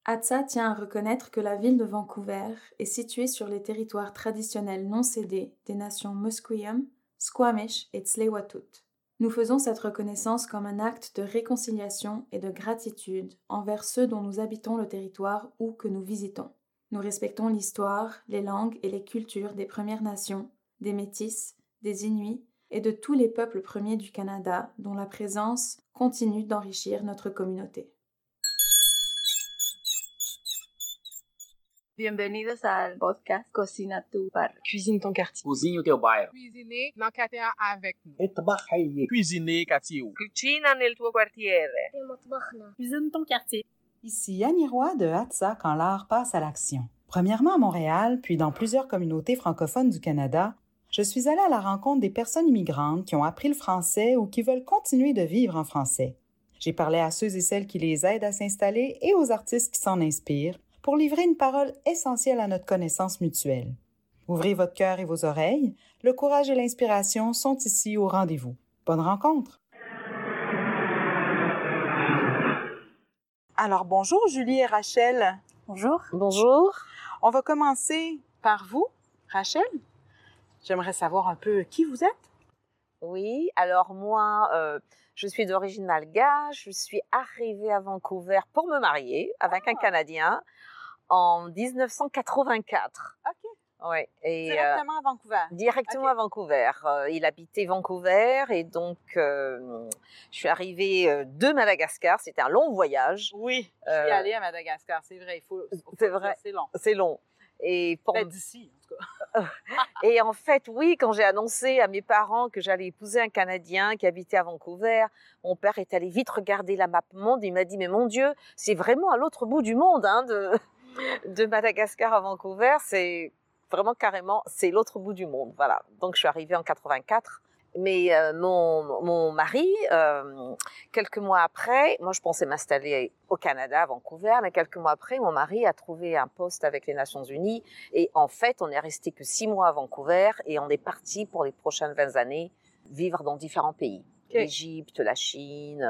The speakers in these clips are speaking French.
ATSA tient à reconnaître que la ville de Vancouver est située sur les territoires traditionnels non cédés des nations Musqueam, Squamish et Tsleil-Waututh. Nous faisons cette reconnaissance comme un acte de réconciliation et de gratitude envers ceux dont nous habitons le territoire ou que nous visitons. Nous respectons l'histoire, les langues et les cultures des Premières Nations, des Métis, des Inuits et de tous les peuples premiers du Canada dont la présence continue d'enrichir notre communauté. Bienvenidos al podcast Cocina tu Bar. Cuisine ton quartier. Cozinhe o teu bairro. Cuisiner dans quartier avec nous. Cuisiner quartier. Cucina nel tuo quartiere. Cuisine ton quartier. Ici Annie Roy de Hatsa quand l'art passe à l'action. Premièrement à Montréal, puis dans plusieurs communautés francophones du Canada, je suis allée à la rencontre des personnes immigrantes qui ont appris le français ou qui veulent continuer de vivre en français. J'ai parlé à ceux et celles qui les aident à s'installer et aux artistes qui s'en inspirent pour livrer une parole essentielle à notre connaissance mutuelle. Ouvrez votre cœur et vos oreilles, le courage et l'inspiration sont ici au rendez-vous. Bonne rencontre! Alors bonjour Julie et Rachel. Bonjour. Bonjour. On va commencer par vous, Rachel. J'aimerais savoir un peu qui vous êtes. Oui, alors moi, je suis d'origine malgache. Je suis arrivée à Vancouver pour me marier avec un Canadien en 1984. OK. Ouais, et Directement à Vancouver. Directement Okay. À Vancouver. Il habitait Vancouver et donc je suis arrivée de Madagascar. C'était un long voyage. Oui, je suis allée à Madagascar, c'est vrai. C'est vrai. C'est long. C'est long. Et pour... d'ici, en tout cas. Et en fait, oui, quand j'ai annoncé à mes parents que j'allais épouser un Canadien qui habitait à Vancouver, mon père est allé vite regarder la map monde. Il m'a dit, mais mon Dieu, c'est vraiment à l'autre bout du monde, hein, de Madagascar à Vancouver. C'est vraiment carrément, c'est l'autre bout du monde. Voilà. Donc, je suis arrivée en 84. Mais mon mari, quelques mois après, moi je pensais m'installer au Canada, à Vancouver, mais quelques mois après, mon mari a trouvé un poste avec les Nations Unies et en fait, on n'est resté que 6 mois à Vancouver et on est parti pour les prochaines 20 années vivre dans différents pays. Okay. L'Égypte, la Chine,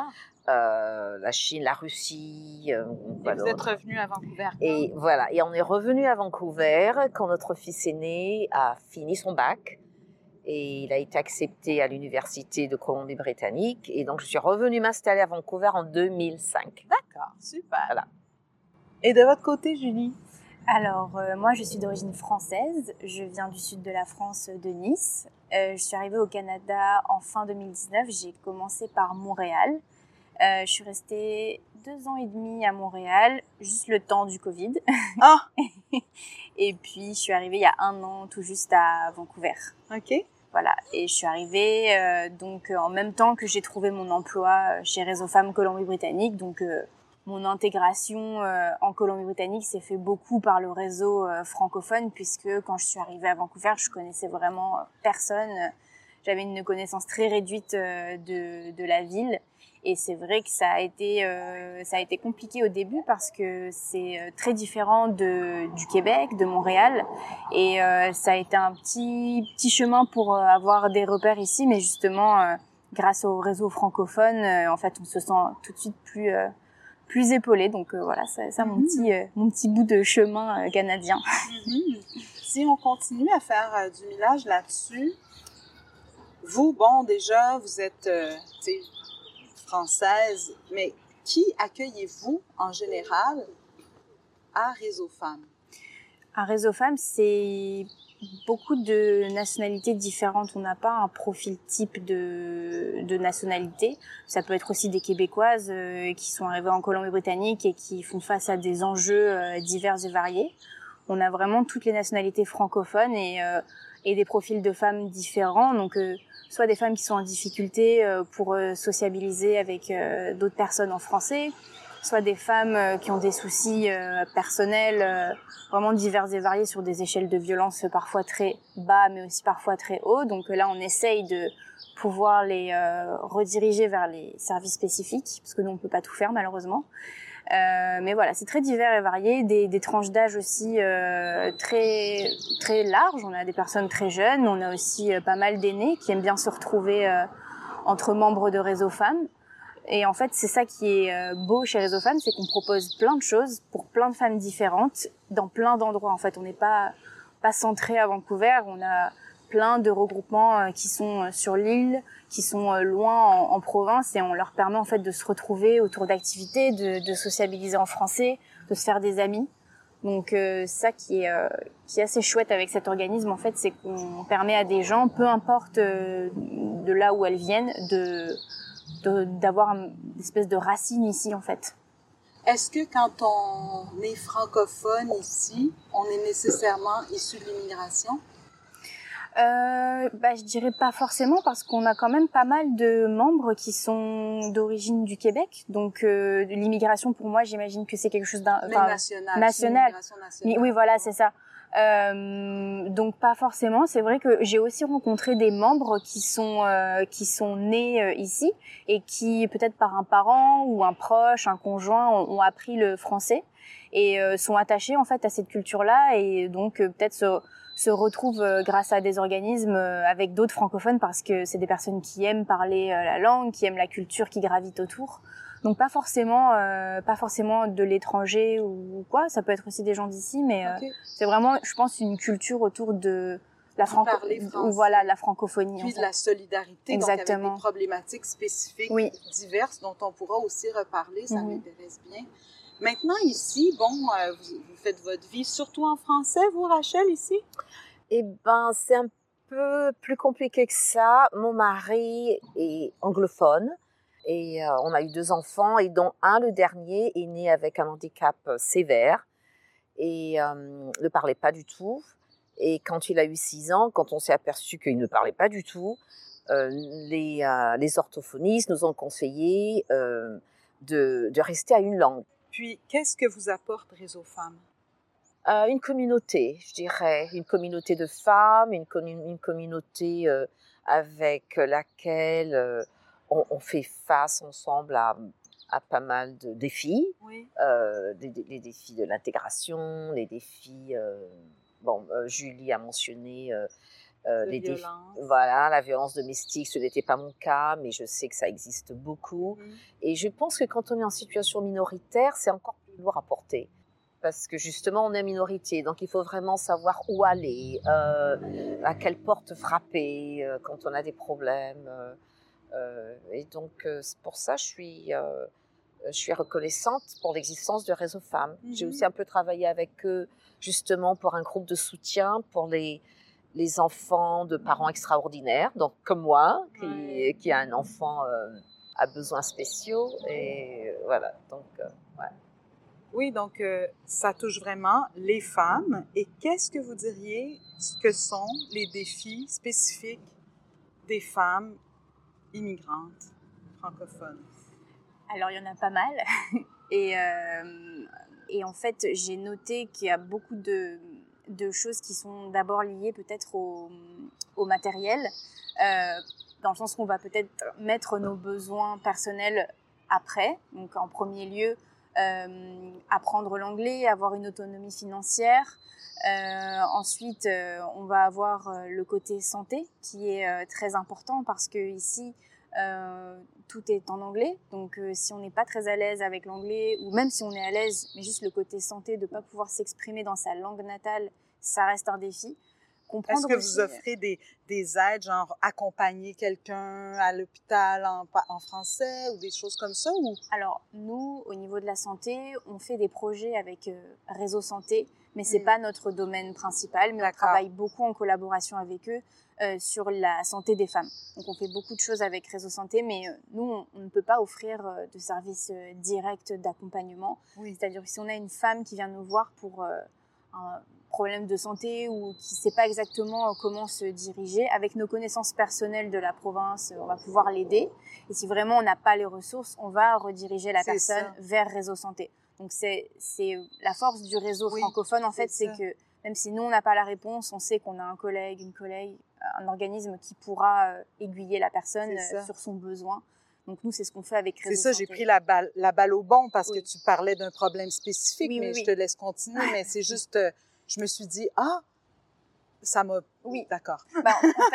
la Russie. Et vous êtes revenu à Vancouver. Et voilà, et on est revenu à Vancouver quand notre fils aîné a fini son bac. Et il a été accepté à l'Université de Colombie-Britannique. Et donc, je suis revenue m'installer à Vancouver en 2005. D'accord, super. Voilà. Et de votre côté, Julie? Alors, moi, je suis d'origine française. Je viens du sud de la France, de Nice. Je suis arrivée au Canada en fin 2019. J'ai commencé par Montréal. Je suis restée 2 ans et demi à Montréal, juste le temps du Covid. Ah! Et puis, je suis arrivée il y a 1 an, tout juste à Vancouver. OK. Voilà, et je suis arrivée donc en même temps que j'ai trouvé mon emploi chez Réseau Femmes Colombie-Britannique. Donc mon intégration en Colombie-Britannique s'est fait beaucoup par le réseau francophone, puisque quand je suis arrivée à Vancouver, je connaissais vraiment personne. J'avais une connaissance très réduite de la ville. Et c'est vrai que ça a été compliqué au début parce que c'est très différent du Québec, de Montréal. Et ça a été un petit chemin pour avoir des repères ici. Mais justement, grâce au réseau francophone, en fait, on se sent tout de suite plus épaulé. Donc voilà, ça mon petit bout de chemin canadien. Si on continue à faire du millage là-dessus, vous, bon, déjà, vous êtes... française, mais qui accueillez-vous en général à Réseau Femmes? À Réseau Femmes, c'est beaucoup de nationalités différentes. On n'a pas un profil type de nationalité. Ça peut être aussi des Québécoises qui sont arrivées en Colombie-Britannique et qui font face à des enjeux divers et variés. On a vraiment toutes les nationalités francophones et des profils de femmes différents. Donc, soit des femmes qui sont en difficulté pour sociabiliser avec d'autres personnes en français, soit des femmes qui ont des soucis personnels vraiment divers et variés sur des échelles de violence parfois très bas mais aussi parfois très hauts. Donc là, on essaye de pouvoir les rediriger vers les services spécifiques, parce que nous, on peut pas tout faire malheureusement. Mais voilà, c'est très divers et varié, des tranches d'âge aussi très très larges. On a des personnes très jeunes, on a aussi pas mal d'aînés qui aiment bien se retrouver entre membres de Réseau Femmes. Et en fait, c'est ça qui est beau chez Réseau Femmes, c'est qu'on propose plein de choses pour plein de femmes différentes dans plein d'endroits. En fait, on n'est pas centré à Vancouver. On a plein de regroupements qui sont sur l'île, qui sont loin en province, et on leur permet en fait de se retrouver autour d'activités, de sociabiliser en français, de se faire des amis. Donc ça qui est assez chouette avec cet organisme, en fait, c'est qu'on permet à des gens, peu importe de là où elles viennent, d'avoir une espèce de racine ici, en fait. Est-ce que quand on est francophone ici, on est nécessairement issu de l'immigration? Je dirais pas forcément, parce qu'on a quand même pas mal de membres qui sont d'origine du Québec. Donc l'immigration, pour moi, j'imagine que c'est quelque chose national. national. Oui, voilà, c'est ça. Donc pas forcément. C'est vrai que j'ai aussi rencontré des membres qui sont nés ici et qui, peut-être par un parent ou un proche, un conjoint, ont appris le français et sont attachés en fait à cette culture-là, et donc peut-être se retrouvent grâce à des organismes avec d'autres francophones, parce que c'est des personnes qui aiment parler la langue, qui aiment la culture qui gravite autour. Donc pas forcément de l'étranger ou quoi, ça peut être aussi des gens d'ici, mais c'est vraiment, je pense, une culture autour de la la francophonie. Puis de la solidarité. Exactement. Donc avec des problématiques spécifiques diverses dont on pourra aussi reparler, ça m'intéresse bien. Maintenant, ici, vous faites votre vie surtout en français, vous, Rachel, ici? Eh ben, c'est un peu plus compliqué que ça. Mon mari est anglophone et on a eu 2 enfants, et dont un, le dernier, est né avec un handicap sévère et ne parlait pas du tout. Et quand il a eu 6 ans, quand on s'est aperçu qu'il ne parlait pas du tout, les orthophonistes nous ont conseillé de rester à une langue. Puis, qu'est-ce que vous apporte Réseau Femmes? Une communauté, je dirais, une communauté de femmes, une communauté avec laquelle on fait face ensemble à pas mal de défis, les défis de l'intégration, les défis, Julie a mentionné les défis, la violence domestique, ce n'était pas mon cas, mais je sais que ça existe beaucoup. Et je pense que quand on est en situation minoritaire, c'est encore plus lourd à porter. Parce que justement, on est minorité, donc il faut vraiment savoir où aller, à quelle porte frapper quand on a des problèmes. Et donc, c'est pour ça que je suis reconnaissante pour l'existence de Réseau Femmes. J'ai aussi un peu travaillé avec eux, justement, pour un groupe de soutien pour les enfants de parents extraordinaires, donc comme moi, qui a un enfant à besoins spéciaux. Et voilà, donc, Oui, donc ça touche vraiment les femmes. Et qu'est-ce que vous diriez que sont les défis spécifiques des femmes immigrantes francophones? Alors, il y en a pas mal. Et en fait, j'ai noté qu'il y a beaucoup de choses qui sont d'abord liées peut-être au matériel, dans le sens qu'on va peut-être mettre nos besoins personnels après. Donc, en premier lieu, apprendre l'anglais, avoir une autonomie financière. Ensuite, on va avoir le côté santé qui est très important, parce que ici, tout est en anglais. Donc, si on n'est pas très à l'aise avec l'anglais, ou même si on est à l'aise, mais juste le côté santé, de ne pas pouvoir s'exprimer dans sa langue natale, ça reste un défi. Est-ce que vous offrez des aides, genre accompagner quelqu'un à l'hôpital en français ou des choses comme ça? Alors, nous, au niveau de la santé, on fait des projets avec Réseau Santé, mais ce n'est pas notre domaine principal, mais on travaille beaucoup en collaboration avec eux sur la santé des femmes. Donc, on fait beaucoup de choses avec Réseau Santé, mais nous, on ne peut pas offrir de services directs d'accompagnement. C'est-à-dire que si on a une femme qui vient nous voir pour un problème de santé ou qui ne sait pas exactement comment se diriger, avec nos connaissances personnelles de la province, on va pouvoir l'aider. Et si vraiment on n'a pas les ressources, on va rediriger la personne vers Réseau Santé. Donc c'est la force du réseau francophone, en fait, c'est que même si nous on n'a pas la réponse, on sait qu'on a un collègue, une collègue, un organisme qui pourra aiguiller la personne sur son besoin. Donc nous, c'est ce qu'on fait avec Réseau Santé. C'est ça, j'ai pris la balle au bon, parce que tu parlais d'un problème spécifique, mais je te laisse continuer. Mais c'est juste, je me suis dit, ça m'a... Oui. D'accord. En fait,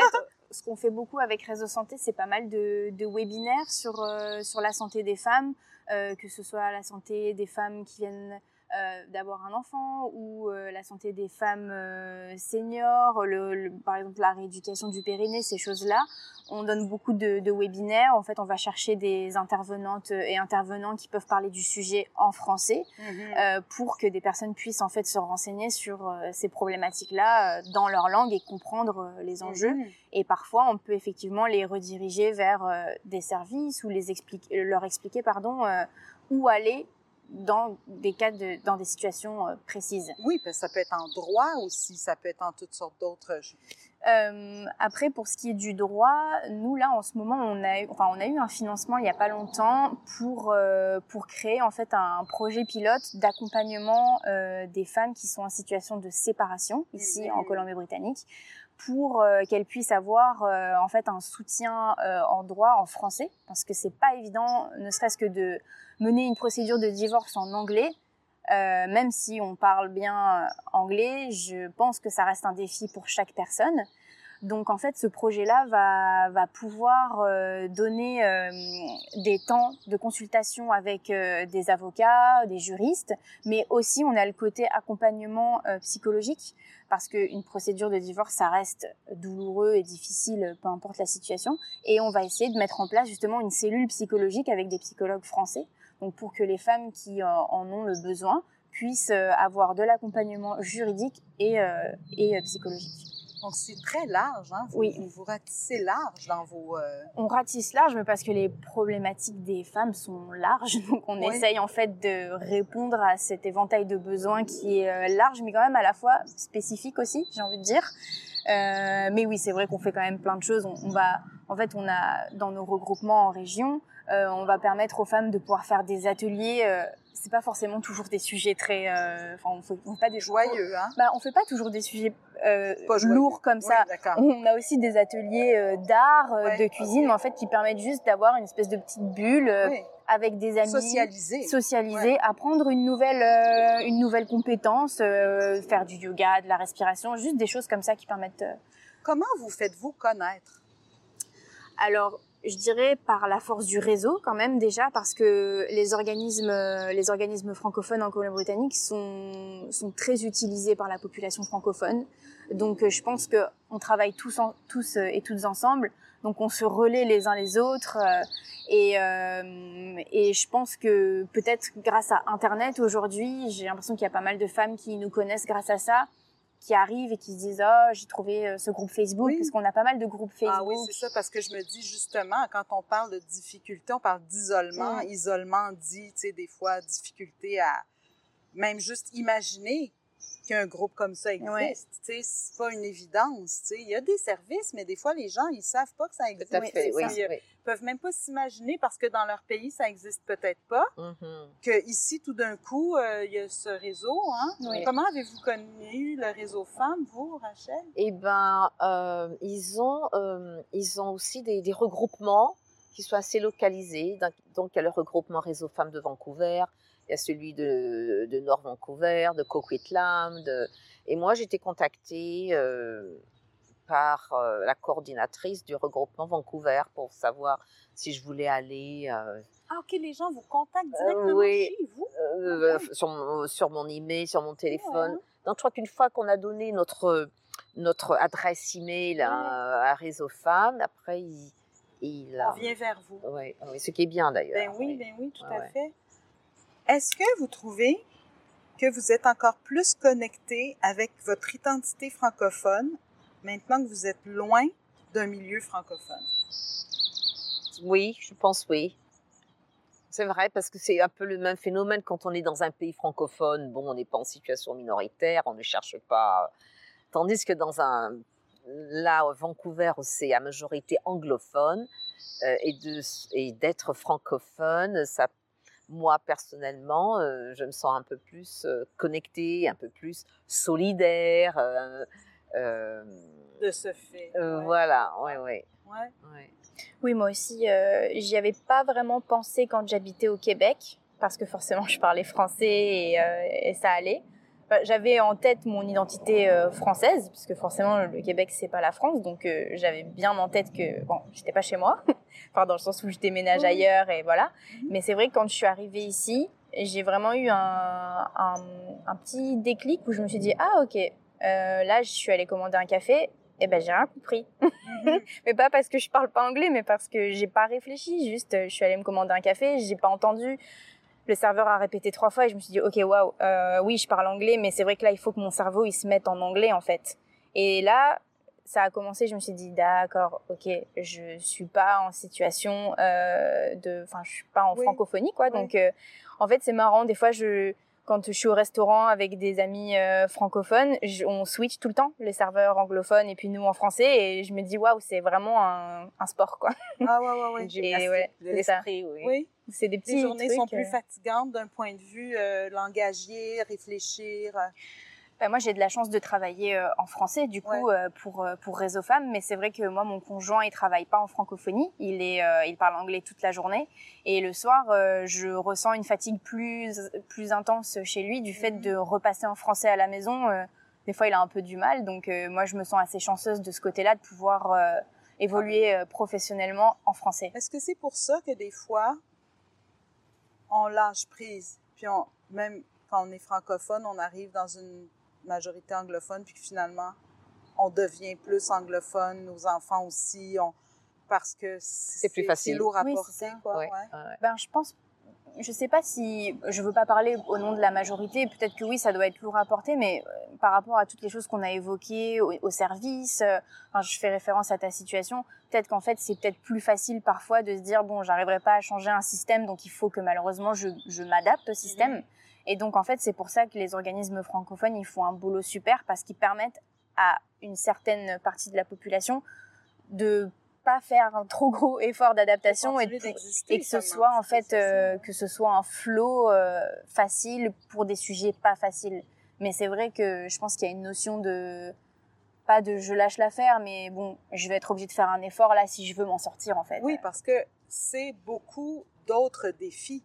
ce qu'on fait beaucoup avec Réseau Santé, c'est pas mal de webinaires sur la santé des femmes, que ce soit la santé des femmes qui viennent d'avoir un enfant ou la santé des femmes seniors, par exemple la rééducation du périnée, ces choses-là. On donne beaucoup de webinaires. En fait, on va chercher des intervenantes et intervenants qui peuvent parler du sujet en français pour que des personnes puissent en fait se renseigner sur ces problématiques-là dans leur langue et comprendre les enjeux. Et parfois, on peut effectivement les rediriger vers des services ou leur expliquer où aller dans des cas dans des situations précises. Oui, parce que ça peut être en droit aussi, ça peut être en toutes sortes d'autres. Après, pour ce qui est du droit, nous là en ce moment, on a eu un financement il y a pas longtemps pour créer en fait un projet pilote d'accompagnement des femmes qui sont en situation de séparation ici en Colombie-Britannique, pour qu'elles puissent avoir en fait un soutien en droit en français, parce que c'est pas évident, ne serait-ce que de mener une procédure de divorce en anglais. Même si on parle bien anglais, je pense que ça reste un défi pour chaque personne. Donc en fait, ce projet-là va pouvoir donner des temps de consultation avec des avocats, des juristes, mais aussi on a le côté accompagnement psychologique, parce qu'une procédure de divorce, ça reste douloureux et difficile, peu importe la situation. Et on va essayer de mettre en place justement une cellule psychologique avec des psychologues français, donc pour que les femmes qui en ont le besoin puissent avoir de l'accompagnement juridique et psychologique. Donc, c'est très large, hein? Vous ratissez large dans vos... On ratisse large, mais parce que les problématiques des femmes sont larges. Donc, on essaye en fait de répondre à cet éventail de besoins qui est large, mais quand même à la fois spécifique aussi, j'ai envie de dire. Mais oui, c'est vrai qu'on fait quand même plein de choses. On a dans nos regroupements en région, on va permettre aux femmes de pouvoir faire des ateliers. C'est pas forcément toujours des sujets très, on fait pas des joyeux, hein. On fait pas toujours des sujets lourds comme ça. D'accord. On a aussi des ateliers d'art, de cuisine, mais en fait qui permettent juste d'avoir une espèce de petite bulle avec des amis, socialiser, apprendre une nouvelle compétence, faire du yoga, de la respiration, juste des choses comme ça qui permettent. Comment vous faites-vous connaître? Alors, je dirais par la force du réseau quand même déjà, parce que les organismes francophones en Colombie-Britannique sont très utilisés par la population francophone. Donc je pense que on travaille tous et toutes ensemble. Donc on se relaie les uns les autres et je pense que peut-être grâce à Internet aujourd'hui, j'ai l'impression qu'il y a pas mal de femmes qui nous connaissent grâce à ça, qui arrivent et qui se disent « Oh, j'ai trouvé ce groupe Facebook », parce qu'on a pas mal de groupes Facebook. Ah oui, c'est ça, parce que je me dis justement, quand on parle de difficulté, on parle d'isolement. Isolement dit, tu sais, des fois, difficulté à même juste imaginer qu'un groupe comme ça existe. Tu sais, c'est pas une évidence, tu sais. Il y a des services, mais des fois, les gens, ils savent pas que ça existe. Tout à fait, Ils peuvent même pas s'imaginer, parce que dans leur pays, ça existe peut-être pas, que ici, tout d'un coup, il y a ce réseau, hein. Oui. Comment avez-vous connu le réseau femmes, vous, Rachel? Eh ben, ils ont aussi des regroupements qui sont assez localisés. Donc, il y a le regroupement Réseau Femmes de Vancouver, il y a celui de Nord Vancouver, de Coquitlam. Et moi, j'ai été contactée par la coordinatrice du regroupement Vancouver pour savoir si je voulais aller... Ah, OK, les gens vous contactent directement chez vous? Sur mon email, sur mon téléphone. Ouais. Donc, je crois qu'une fois qu'on a donné notre adresse email à Réseau Femmes, après, on vient vers vous. Oui, ce qui est bien d'ailleurs. Ben oui, tout à fait. Est-ce que vous trouvez que vous êtes encore plus connecté avec votre identité francophone maintenant que vous êtes loin d'un milieu francophone? Oui, je pense oui. C'est vrai, parce que c'est un peu le même phénomène quand on est dans un pays francophone. Bon, on n'est pas en situation minoritaire, on ne cherche pas. Tandis que là, Vancouver, c'est à majorité anglophone, et d'être francophone, ça. Moi, personnellement, je me sens un peu plus connectée, un peu plus solidaire. De ce fait. Voilà, oui. Oui, moi aussi, j'y avais pas vraiment pensé quand j'habitais au Québec, parce que forcément, je parlais français et ça allait. j'avais en tête mon identité française, puisque forcément le Québec c'est pas la France, donc j'avais bien en tête que bon, j'étais pas chez moi, enfin dans le sens où je déménage ailleurs et voilà. Mais c'est vrai que quand je suis arrivée ici, j'ai vraiment eu un petit déclic où je me suis dit ah ok, là je suis allée commander un café, et ben j'ai rien compris. Mais pas parce que je parle pas anglais, mais parce que j'ai pas réfléchi, juste je suis allée me commander un café, j'ai pas entendu. Le serveur a répété 3 fois et je me suis dit, ok, waouh, oui, je parle anglais, mais c'est vrai que là, il faut que mon cerveau, il se mette en anglais, en fait. Et là, ça a commencé, je me suis dit, d'accord, ok, je suis pas en situation je suis pas en francophonie, quoi. Oui. Donc, en fait, c'est marrant. Des fois, quand je suis au restaurant avec des amis francophones, on switch tout le temps, les serveurs anglophones et puis nous en français, et je me dis, waouh, c'est vraiment un sport, quoi. Ah ouais. Une gymnastique de l'esprit, oui. C'est des petits Les journées trucs, sont plus fatigantes d'un point de vue langagier, réfléchir. Moi, j'ai de la chance de travailler en français, du coup, pour Réseau Femmes. Mais c'est vrai que moi, mon conjoint, il travaille pas en francophonie. Il parle anglais toute la journée. Et le soir, je ressens une fatigue plus intense chez lui du fait de repasser en français à la maison. Des fois, il a un peu du mal. Donc, moi, je me sens assez chanceuse de ce côté-là de pouvoir évoluer professionnellement en français. Est-ce que c'est pour ça que des fois, on lâche prise? Puis même quand on est francophone, on arrive dans une majorité anglophone, puis que finalement, on devient plus anglophone, nos enfants aussi, parce que c'est plus facile. C'est lourd à porter, c'est ça. Quoi. Ouais. Je sais pas si, je veux pas parler au nom de la majorité, peut-être que oui, ça doit être lourd à porter, mais par rapport à toutes les choses qu'on a évoquées au service, je fais référence à ta situation, peut-être qu'en fait, c'est peut-être plus facile parfois de se dire, bon, j'arriverai pas à changer un système, donc il faut que malheureusement, je m'adapte au système. Et donc, en fait, c'est pour ça que les organismes francophones, ils font un boulot super parce qu'ils permettent à une certaine partie de la population de pas faire un trop gros effort d'adaptation et que ce soit en fait que ce soit un flow facile pour des sujets pas faciles. Mais c'est vrai que je pense qu'il y a une notion de pas de je lâche l'affaire, mais bon, je vais être obligée de faire un effort là si je veux m'en sortir en fait. Oui, parce que c'est beaucoup d'autres défis,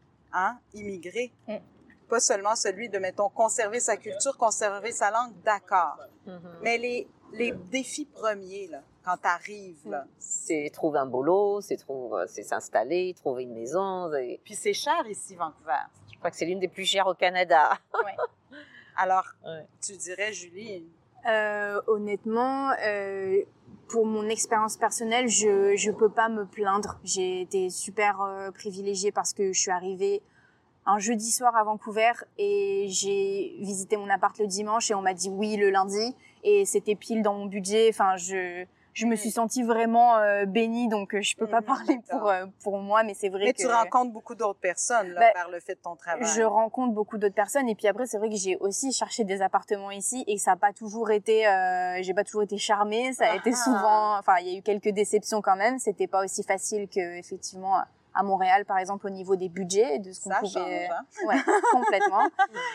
immigrer. Pas seulement celui de, mettons, conserver sa culture, conserver sa langue, d'accord. Mais les défis premiers, là, quand t'arrives, là... C'est trouver un boulot, c'est s'installer, trouver une maison. Puis c'est cher ici, Vancouver. Je crois que c'est l'une des plus chères au Canada. Ouais. Alors, tu dirais, Julie... Honnêtement, pour mon expérience personnelle, je peux pas me plaindre. J'ai été super privilégiée parce que je suis arrivée un jeudi soir à Vancouver et j'ai visité mon appart le dimanche et on m'a dit oui le lundi et c'était pile dans mon budget. Enfin, je me suis sentie vraiment bénie, donc je peux pas parler pour moi, mais c'est vrai mais que... Mais tu rencontres beaucoup d'autres personnes là, par le fait de ton travail. Je rencontre beaucoup d'autres personnes et puis après c'est vrai que j'ai aussi cherché des appartements ici et ça a pas toujours été... j'ai pas toujours été charmée, ça a été souvent... Enfin, il y a eu quelques déceptions quand même, c'était pas aussi facile que effectivement... à Montréal, par exemple, au niveau des budgets, de ce qu'on pouvait... Ouais, complètement.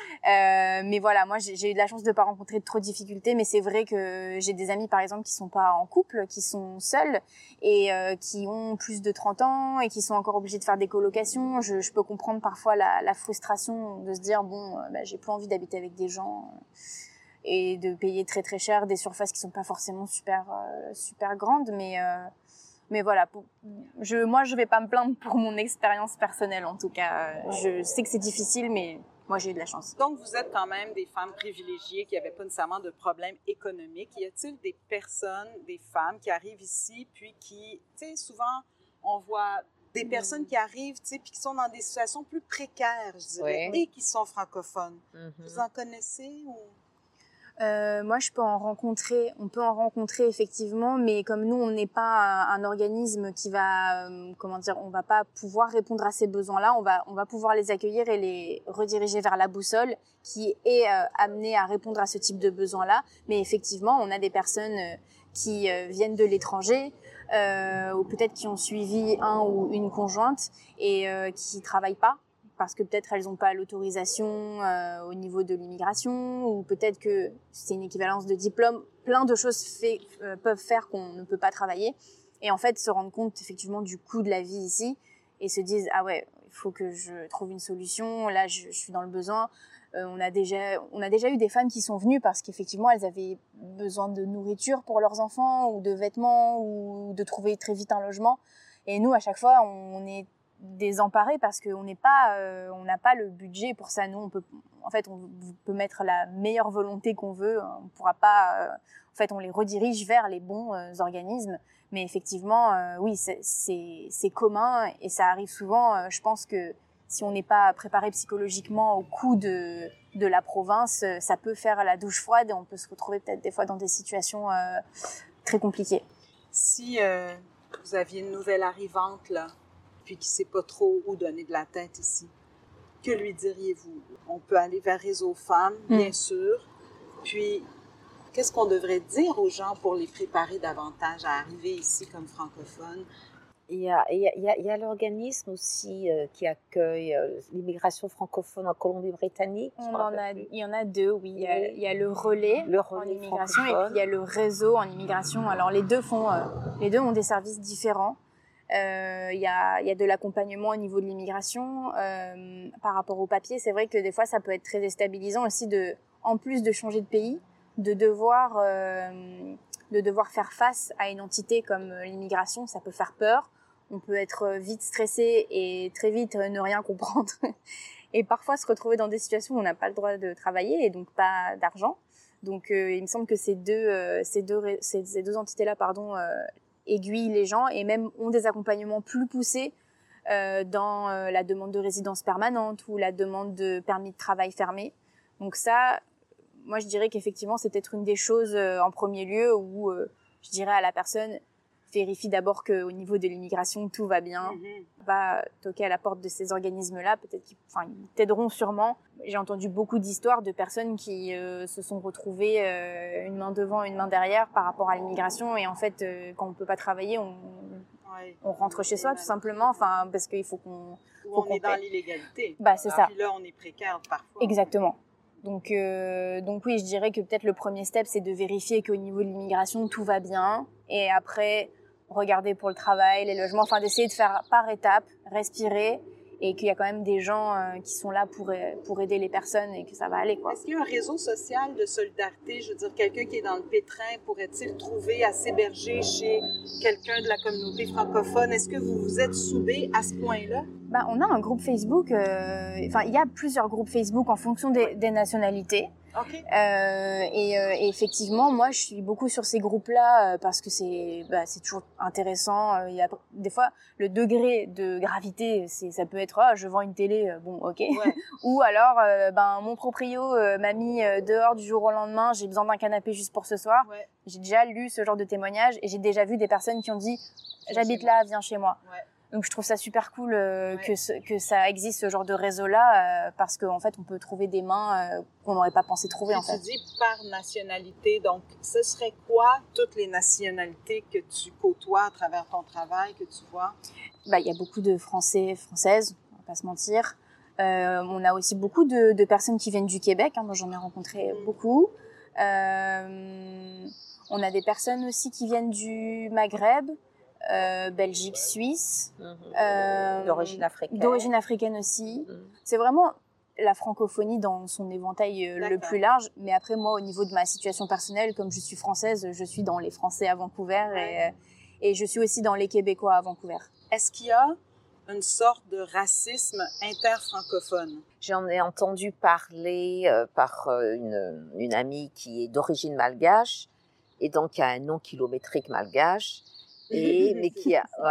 Mais voilà, moi, j'ai eu de la chance de pas rencontrer trop de difficultés, mais c'est vrai que j'ai des amis, par exemple, qui sont pas en couple, qui sont seuls et qui ont plus de 30 ans et qui sont encore obligés de faire des colocations. Je peux comprendre parfois la frustration de se dire, bon, j'ai plus envie d'habiter avec des gens et de payer très très cher des surfaces qui sont pas forcément super grandes, mais voilà, moi je vais pas me plaindre pour mon expérience personnelle en tout cas. Je sais que c'est difficile, mais moi j'ai eu de la chance. Donc vous êtes quand même des femmes privilégiées qui n'avaient pas nécessairement de problèmes économiques. Y a-t-il des personnes, des femmes qui arrivent ici puis qui, tu sais, souvent on voit des personnes qui arrivent, tu sais, puis qui sont dans des situations plus précaires, je dirais, et qui sont francophones. Vous en connaissez ou... Moi, on peut en rencontrer effectivement, mais comme nous, on n'est pas un organisme qui va, on va pas pouvoir répondre à ces besoins-là. On va pouvoir les accueillir et les rediriger vers la boussole, qui est amenée à répondre à ce type de besoins-là. Mais effectivement, on a des personnes qui viennent de l'étranger, ou peut-être qui ont suivi un ou une conjointe et qui travaillent pas, parce que peut-être elles n'ont pas l'autorisation au niveau de l'immigration, ou peut-être que c'est une équivalence de diplôme. Plein de choses peuvent faire qu'on ne peut pas travailler. Et en fait, se rendre compte effectivement du coût de la vie ici et se disent « Ah ouais, il faut que je trouve une solution, là je suis dans le besoin ». On a déjà eu des femmes qui sont venues parce qu'effectivement, elles avaient besoin de nourriture pour leurs enfants ou de vêtements ou de trouver très vite un logement. Et nous, à chaque fois, on est désemparés parce qu'on n'a pas le budget pour ça. Nous, on peut mettre la meilleure volonté qu'on veut. On pourra pas. On les redirige vers les bons organismes. Mais effectivement, oui, c'est commun et ça arrive souvent. Je pense que si on n'est pas préparé psychologiquement au coût de la province, ça peut faire la douche froide et on peut se retrouver peut-être des fois dans des situations très compliquées. Si vous aviez une nouvelle arrivante, là, puis qui ne sait pas trop où donner de la tête ici, que lui diriez-vous? On peut aller vers Réseau Femmes, bien sûr. Puis, qu'est-ce qu'on devrait dire aux gens pour les préparer davantage à arriver ici comme francophones? Il y a l'organisme aussi qui accueille l'immigration francophone en Colombie-Britannique. Il y en a deux, oui. Il y a le relais en immigration et puis il y a le réseau en immigration. Alors les deux ont des services différents. Il y a de l'accompagnement au niveau de l'immigration par rapport au papier. C'est vrai que des fois ça peut être très déstabilisant aussi en plus de changer de pays, de devoir faire face à une entité comme l'immigration. Ça peut faire peur. On peut être vite stressé et très vite ne rien comprendre. Et parfois se retrouver dans des situations où on n'a pas le droit de travailler et donc pas d'argent. Donc il me semble que ces deux entités-là, aiguillent les gens et même ont des accompagnements plus poussés dans la demande de résidence permanente ou la demande de permis de travail fermé. Donc ça, moi je dirais qu'effectivement c'est peut-être une des choses en premier lieu où je dirais à la personne, vérifie d'abord qu'au niveau de l'immigration tout va bien. Va toquer à la porte de ces organismes-là, peut-être qu'ils t'aideront sûrement. J'ai entendu beaucoup d'histoires de personnes qui se sont retrouvées une main devant, une main derrière par rapport à l'immigration et en fait quand on peut pas travailler, on rentre chez soi tout simplement, parce qu'il faut qu'on est dans l'illégalité. C'est ça. Puis là on est précaire parfois. Exactement. Donc oui, je dirais que peut-être le premier step, c'est de vérifier qu'au niveau de l'immigration, tout va bien. Et après, regarder pour le travail, les logements, d'essayer de faire par étapes, respirer, et qu'il y a quand même des gens qui sont là pour aider les personnes et que ça va aller, quoi. Est-ce qu'il y a un réseau social de solidarité? Je veux dire, quelqu'un qui est dans le pétrin, pourrait-il trouver à s'héberger chez quelqu'un de la communauté francophone? Est-ce que vous vous êtes soudés à ce point-là? On a un groupe Facebook, il y a plusieurs groupes Facebook en fonction des nationalités. Okay. Et effectivement, moi, je suis beaucoup sur ces groupes-là parce que c'est toujours intéressant. Il y a des fois le degré de gravité, ça peut être je vends une télé, ok. Ouais. Ou alors mon proprio m'a mis dehors du jour au lendemain, j'ai besoin d'un canapé juste pour ce soir. Ouais. J'ai déjà lu ce genre de témoignages et j'ai déjà vu des personnes qui ont dit j'habite là, viens chez moi. Ouais. Donc je trouve ça super cool que ça existe ce genre de réseau-là parce qu'en fait on peut trouver des mains qu'on n'aurait pas pensé trouver en fait. Tu dis par nationalité, donc ce serait quoi toutes les nationalités que tu côtoies à travers ton travail, que tu vois? Il y a beaucoup de Français, Françaises, on va pas se mentir. On a aussi beaucoup de personnes qui viennent du Québec, moi j'en ai rencontré beaucoup. On a des personnes aussi qui viennent du Maghreb. Belgique, Suisse, d'origine africaine. D'origine africaine aussi. C'est vraiment la francophonie dans son éventail le plus large. Mais après, moi, au niveau de ma situation personnelle, comme je suis française, je suis dans les Français à Vancouver et je suis aussi dans les Québécois à Vancouver. Est-ce qu'il y a une sorte de racisme interfrancophone? J'en ai entendu parler par une amie qui est d'origine malgache et donc qui a un nom kilométrique malgache. Mais qui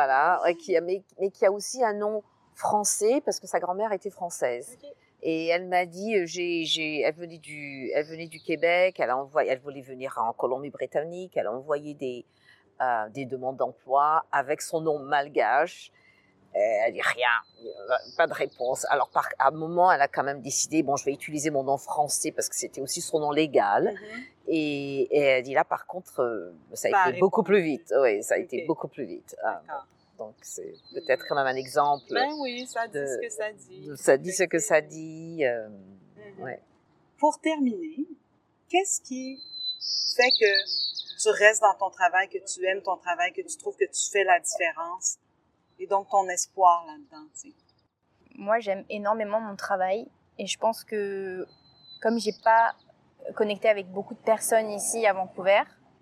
a aussi un nom français parce que sa grand-mère était française. Okay. Et elle m'a dit, elle venait du Québec, elle voulait venir en Colombie-Britannique, elle a envoyé des demandes d'emploi avec son nom malgache. Elle dit rien, pas de réponse. Alors à un moment, elle a quand même décidé, je vais utiliser mon nom français parce que c'était aussi son nom légal. Et elle dit là, par contre, ça a été beaucoup plus vite. Oui, ça a été beaucoup plus vite. Donc c'est peut-être quand même un exemple. Oui, ça dit ce que ça dit. Ça dit ce que ça dit. Ouais. Pour terminer, qu'est-ce qui fait que tu restes dans ton travail, que tu aimes ton travail, que tu trouves que tu fais la différence? Et donc, ton espoir là-dedans, tu sais. Moi, j'aime énormément mon travail et je pense que comme j'ai pas connecté avec beaucoup de personnes ici à Vancouver,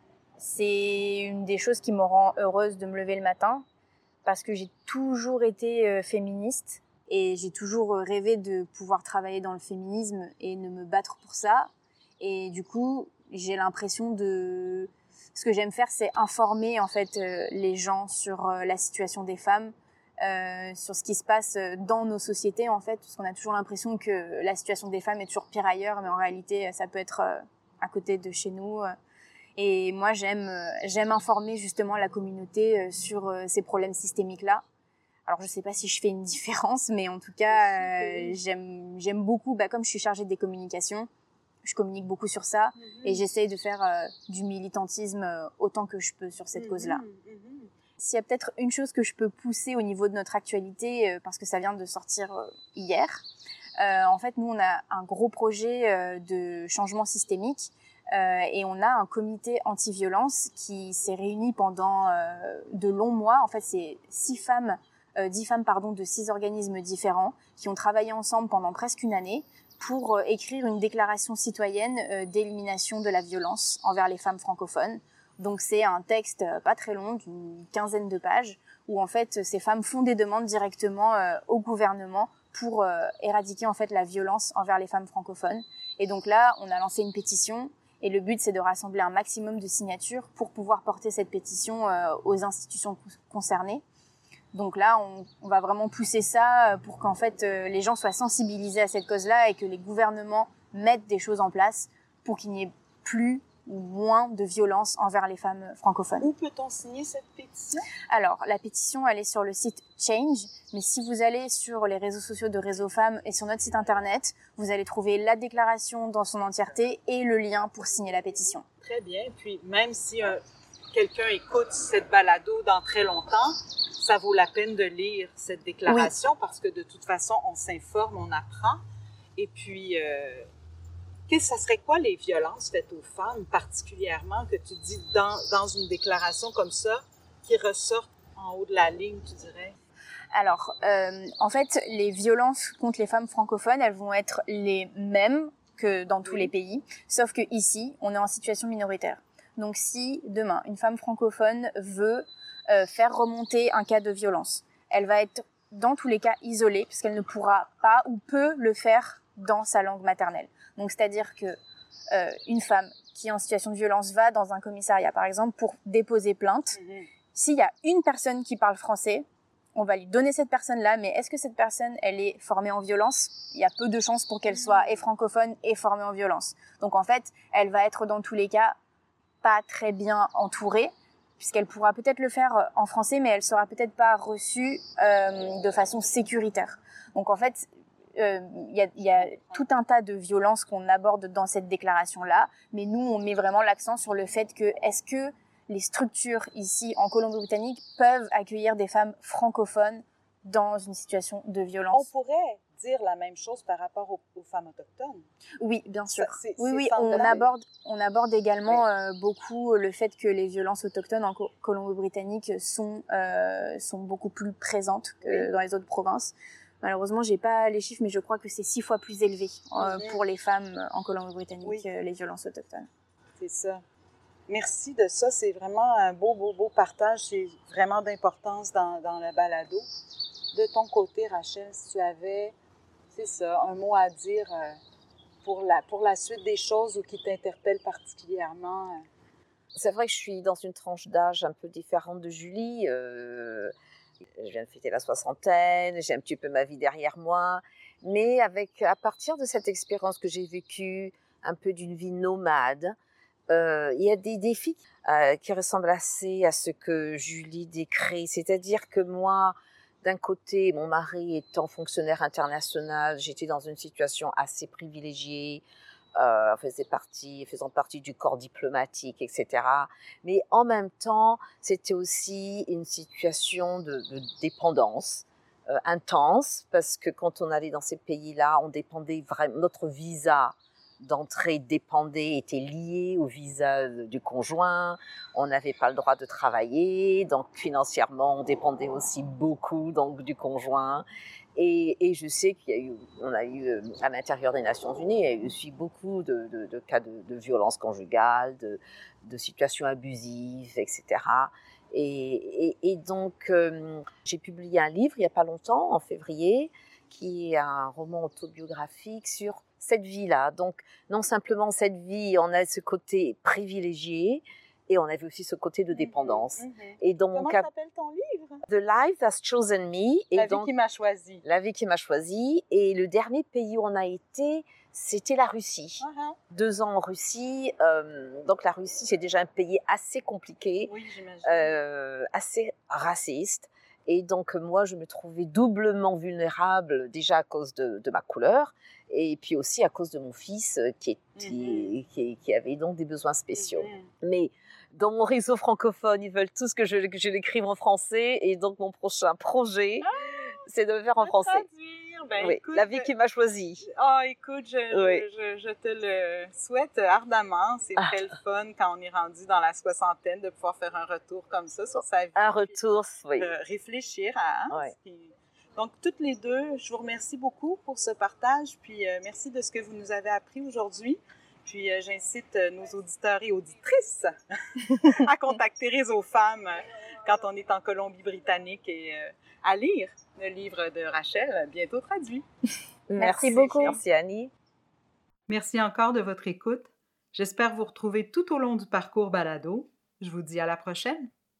c'est une des choses qui me rend heureuse de me lever le matin parce que j'ai toujours été féministe et j'ai toujours rêvé de pouvoir travailler dans le féminisme et de me battre pour ça. Et du coup, j'ai l'impression de... Ce que j'aime faire, c'est informer en fait les gens sur la situation des femmes, sur ce qui se passe dans nos sociétés en fait, parce qu'on a toujours l'impression que la situation des femmes est toujours pire ailleurs, mais en réalité, ça peut être à côté de chez nous. Et moi, j'aime informer justement la communauté sur ces problèmes systémiques-là. Alors, je sais pas si je fais une différence, mais en tout cas, j'aime beaucoup, comme je suis chargée des communications, je communique beaucoup sur ça et j'essaye de faire du militantisme autant que je peux sur cette cause-là. S'il y a peut-être une chose que je peux pousser au niveau de notre actualité, parce que ça vient de sortir hier, en fait, nous, on a un gros projet de changement systémique et on a un comité anti-violence qui s'est réuni pendant de longs mois. En fait, c'est 10 femmes de 6 organismes différents qui ont travaillé ensemble pendant presque une année pour écrire une déclaration citoyenne d'élimination de la violence envers les femmes francophones. Donc c'est un texte pas très long, d'une 15aine de pages, où en fait ces femmes font des demandes directement au gouvernement pour éradiquer en fait la violence envers les femmes francophones. Et donc là, on a lancé une pétition et le but c'est de rassembler un maximum de signatures pour pouvoir porter cette pétition aux institutions concernées. Donc là, on va vraiment pousser ça pour qu'en fait les gens soient sensibilisés à cette cause-là et que les gouvernements mettent des choses en place pour qu'il n'y ait plus ou moins de violence envers les femmes francophones. Où peut-on signer cette pétition? Alors, la pétition, elle est sur le site Change, mais si vous allez sur les réseaux sociaux de Réseau Femmes et sur notre site internet, vous allez trouver la déclaration dans son entièreté et le lien pour signer la pétition. Très bien. Puis même si quelqu'un écoute cette balado dans très longtemps, ça vaut la peine de lire cette déclaration parce que de toute façon, on s'informe, on apprend. Et puis, ça serait quoi les violences faites aux femmes particulièrement que tu dis dans une déclaration comme ça qui ressortent en haut de la ligne, tu dirais? Alors, en fait, les violences contre les femmes francophones, elles vont être les mêmes que dans tous les pays, sauf que ici, on est en situation minoritaire. Donc, si demain, une femme francophone veut faire remonter un cas de violence, elle va être dans tous les cas isolée puisqu'elle ne pourra pas ou peut le faire dans sa langue maternelle. Donc, c'est-à-dire que une femme qui est en situation de violence va dans un commissariat, par exemple, pour déposer plainte. S'il y a une personne qui parle français, on va lui donner cette personne-là, mais est-ce que cette personne, elle est formée en violence? Il y a peu de chances pour qu'elle soit et francophone et formée en violence. Donc, en fait, elle va être dans tous les cas pas très bien entourée, puisqu'elle pourra peut-être le faire en français, mais elle sera peut-être pas reçue de façon sécuritaire. Donc, en fait, il y a tout un tas de violences qu'on aborde dans cette déclaration-là, mais nous, on met vraiment l'accent sur le fait que est-ce que les structures ici en Colombie-Britannique peuvent accueillir des femmes francophones dans une situation de violence? On pourrait dire la même chose par rapport aux femmes autochtones. Oui, bien sûr. Oui, on aborde également beaucoup le fait que les violences autochtones en Colombie-Britannique sont beaucoup plus présentes que dans les autres provinces. Malheureusement, j'ai pas les chiffres, mais je crois que c'est 6 fois plus élevé pour les femmes en Colombie-Britannique, les violences autochtones. C'est ça. Merci de ça. C'est vraiment un beau partage. C'est vraiment d'importance dans la balado. De ton côté, Rachel, si tu avais, c'est ça, un mot à dire pour la suite des choses ou qui t'interpellent particulièrement. C'est vrai que je suis dans une tranche d'âge un peu différente de Julie. Je viens de fêter la soixantaine, j'ai un petit peu ma vie derrière moi. Mais à partir de cette expérience que j'ai vécue, un peu d'une vie nomade, il y a des défis qui ressemblent assez à ce que Julie décrit. C'est-à-dire que moi, d'un côté, mon mari étant fonctionnaire international, j'étais dans une situation assez privilégiée, faisant partie du corps diplomatique, etc. Mais en même temps, c'était aussi une situation de dépendance intense, parce que quand on allait dans ces pays-là, on dépendait vraiment, notre visa d'entrée était lié au visa du conjoint, on n'avait pas le droit de travailler, donc financièrement on dépendait aussi beaucoup donc du conjoint, Et je sais on a eu à l'intérieur des Nations Unies, il y a eu aussi beaucoup de cas de violence conjugale, de situations abusives, etc. Et donc, j'ai publié un livre il n'y a pas longtemps, en février, qui est un roman autobiographique sur cette vie-là. Donc, non simplement cette vie, on a ce côté privilégié, et on avait aussi ce côté de dépendance. Et donc, comment s'appelle ton livre? The Life That's Chosen Me. Et La donc, vie qui m'a choisi. La vie qui m'a choisi. Et le dernier pays où on a été, c'était la Russie. 2 ans en Russie. Donc la Russie, c'est déjà un pays assez compliqué, oui, j'imagine. assez raciste. Et donc moi, je me trouvais doublement vulnérable déjà à cause de ma couleur, et puis aussi à cause de mon fils qui avait donc des besoins spéciaux. Mais dans mon réseau francophone, ils veulent tous que je l'écrive en français, et donc mon prochain projet, c'est de le faire en français. Traduire. Ben, Oui, écoute, La vie qui m'a choisi. Écoute, je te le souhaite ardemment. C'est très le fun quand on est rendu dans la soixantaine de pouvoir faire un retour comme ça sur sa vie. Un retour, oui. Réfléchir à... Donc, toutes les deux, je vous remercie beaucoup pour ce partage, puis merci de ce que vous nous avez appris aujourd'hui. Puis j'incite nos auditeurs et auditrices à contacter Réseau Femmes quand on est en Colombie-Britannique et à lire le livre de Rachel, bientôt traduit. Merci beaucoup. Merci Annie. Merci encore de votre écoute. J'espère vous retrouver tout au long du parcours balado. Je vous dis à la prochaine.